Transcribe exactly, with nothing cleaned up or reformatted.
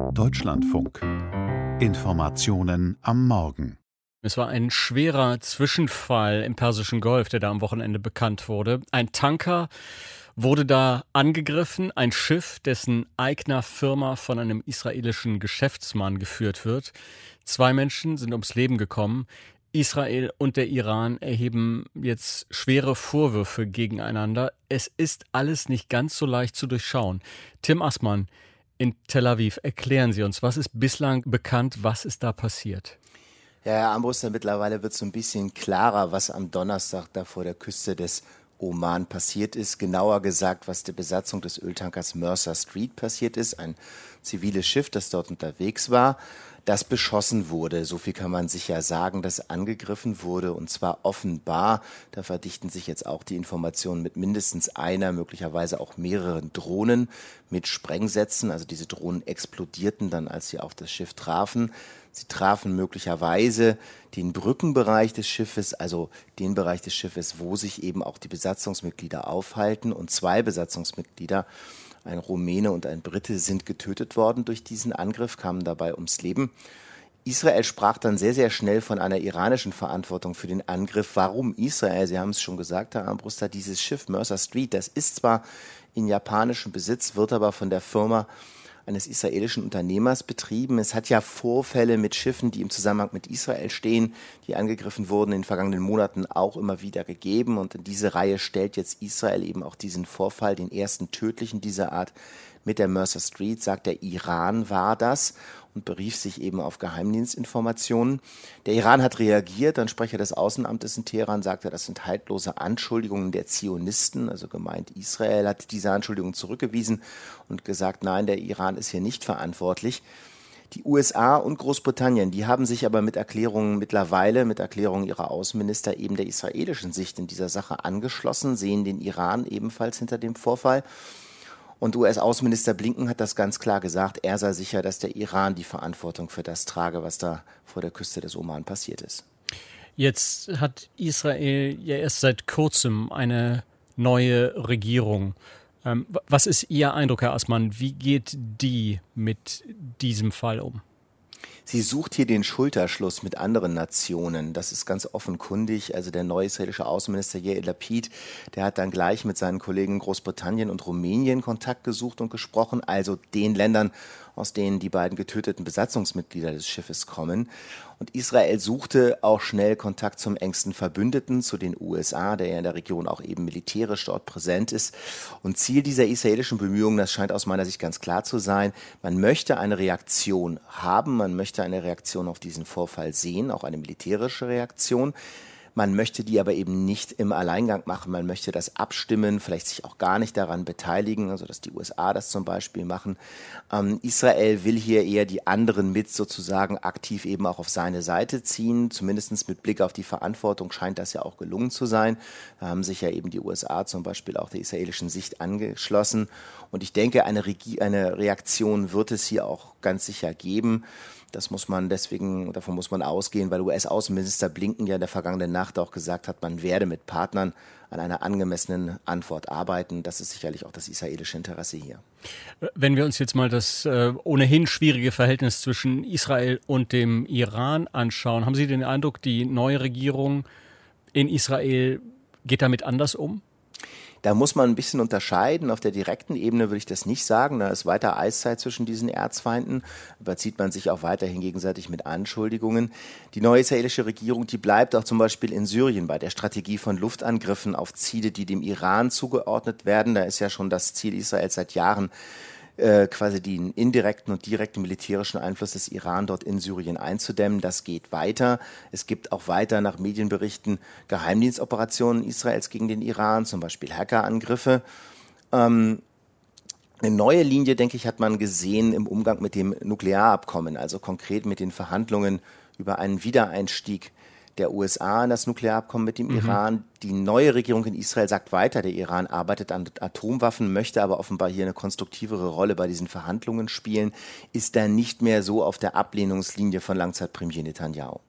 Deutschlandfunk. Informationen am Morgen. Es war ein schwerer Zwischenfall im Persischen Golf, der da am Wochenende bekannt wurde. Ein Tanker wurde da angegriffen, ein Schiff, dessen eigener Firma von einem israelischen Geschäftsmann geführt wird. Zwei Menschen sind ums Leben gekommen. Israel und der Iran erheben jetzt schwere Vorwürfe gegeneinander. Es ist alles nicht ganz so leicht zu durchschauen. Tim Assmann in Tel Aviv, erklären Sie uns, was ist bislang bekannt, was ist da passiert? Ja, Herr Armbruster, mittlerweile wird so ein bisschen klarer, was am Donnerstag da vor der Küste des Oman passiert ist. Genauer gesagt, was der Besatzung des Öltankers Mercer Street passiert ist. Ein ziviles Schiff, das dort unterwegs war, das beschossen wurde. So viel kann man sicher sagen, dass angegriffen wurde. Und zwar offenbar, da verdichten sich jetzt auch die Informationen, mit mindestens einer, möglicherweise auch mehreren Drohnen mit Sprengsätzen. Also diese Drohnen explodierten dann, als sie auf das Schiff trafen. Sie trafen möglicherweise den Brückenbereich des Schiffes, also den Bereich des Schiffes, wo sich eben auch die Besatzungsmitglieder aufhalten. Und zwei Besatzungsmitglieder, ein Rumäne und ein Brite, sind getötet worden durch diesen Angriff, kamen dabei ums Leben. Israel sprach dann sehr, sehr schnell von einer iranischen Verantwortung für den Angriff. Warum Israel? Sie haben es schon gesagt, Herr Armbruster, dieses Schiff Mercer Street, das ist zwar in japanischem Besitz, wird aber von der Firma eines israelischen Unternehmers betrieben. Es hat ja Vorfälle mit Schiffen, die im Zusammenhang mit Israel stehen, die angegriffen wurden, in den vergangenen Monaten auch immer wieder gegeben. Und in diese Reihe stellt jetzt Israel eben auch diesen Vorfall, den ersten tödlichen dieser Art mit der Mercer Street, sagt der Iran war das und berief sich eben auf Geheimdienstinformationen. Der Iran hat reagiert, ein Sprecher des Außenamtes in Teheran sagte, das sind haltlose Anschuldigungen der Zionisten, also gemeint Israel hat diese Anschuldigungen zurückgewiesen und gesagt, nein, der Iran ist hier nicht verantwortlich. Die U S A und Großbritannien, die haben sich aber mit Erklärungen mittlerweile, mit Erklärungen ihrer Außenminister eben der israelischen Sicht in dieser Sache angeschlossen, sehen den Iran ebenfalls hinter dem Vorfall. Und U S-Außenminister Blinken hat das ganz klar gesagt, er sei sicher, dass der Iran die Verantwortung für das trage, was da vor der Küste des Oman passiert ist. Jetzt hat Israel ja erst seit kurzem eine neue Regierung. Ähm, was ist Ihr Eindruck, Herr Assmann? Wie geht die mit diesem Fall um? Sie sucht hier den Schulterschluss mit anderen Nationen. Das ist ganz offenkundig. Also der neue israelische Außenminister Yair Lapid, der hat dann gleich mit seinen Kollegen Großbritannien und Rumänien Kontakt gesucht und gesprochen, also den Ländern, aus denen die beiden getöteten Besatzungsmitglieder des Schiffes kommen. Und Israel suchte auch schnell Kontakt zum engsten Verbündeten, zu den U S A, der ja in der Region auch eben militärisch dort präsent ist. Und Ziel dieser israelischen Bemühungen, das scheint aus meiner Sicht ganz klar zu sein, man möchte eine Reaktion haben, man möchte eine Reaktion auf diesen Vorfall sehen, auch eine militärische Reaktion. Man möchte die aber eben nicht im Alleingang machen. Man möchte das abstimmen, vielleicht sich auch gar nicht daran beteiligen, also dass die U S A das zum Beispiel machen. Ähm, Israel will hier eher die anderen mit sozusagen aktiv eben auch auf seine Seite ziehen. Zumindest mit Blick auf die Verantwortung scheint das ja auch gelungen zu sein. Da haben sich ja eben die U S A zum Beispiel auch der israelischen Sicht angeschlossen. Und ich denke, eine, Regi- eine Reaktion wird es hier auch ganz sicher geben. Das muss man deswegen, davon muss man ausgehen, weil U S-Außenminister Blinken ja in der vergangenen Nacht auch gesagt hat, man werde mit Partnern an einer angemessenen Antwort arbeiten. Das ist sicherlich auch das israelische Interesse hier. Wenn wir uns jetzt mal das äh, ohnehin schwierige Verhältnis zwischen Israel und dem Iran anschauen, haben Sie den Eindruck, die neue Regierung in Israel geht damit anders um? Da muss man ein bisschen unterscheiden. Auf der direkten Ebene würde ich das nicht sagen. Da ist weiter Eiszeit zwischen diesen Erzfeinden. Überzieht man sich auch weiterhin gegenseitig mit Anschuldigungen. Die neue israelische Regierung, die bleibt auch zum Beispiel in Syrien bei der Strategie von Luftangriffen auf Ziele, die dem Iran zugeordnet werden. Da ist ja schon das Ziel Israels seit Jahren, äh, quasi den indirekten und direkten militärischen Einfluss des Iran dort in Syrien einzudämmen. Das geht weiter. Es gibt auch weiter nach Medienberichten Geheimdienstoperationen Israels gegen den Iran, zum Beispiel Hackerangriffe. Ähm, Eine neue Linie, denke ich, hat man gesehen im Umgang mit dem Nuklearabkommen, also konkret mit den Verhandlungen über einen Wiedereinstieg der U S A in das Nuklearabkommen mit dem mhm. Iran. Die neue Regierung in Israel sagt weiter, der Iran arbeitet an Atomwaffen, möchte aber offenbar hier eine konstruktivere Rolle bei diesen Verhandlungen spielen, ist da nicht mehr so auf der Ablehnungslinie von Langzeitpremier Netanyahu.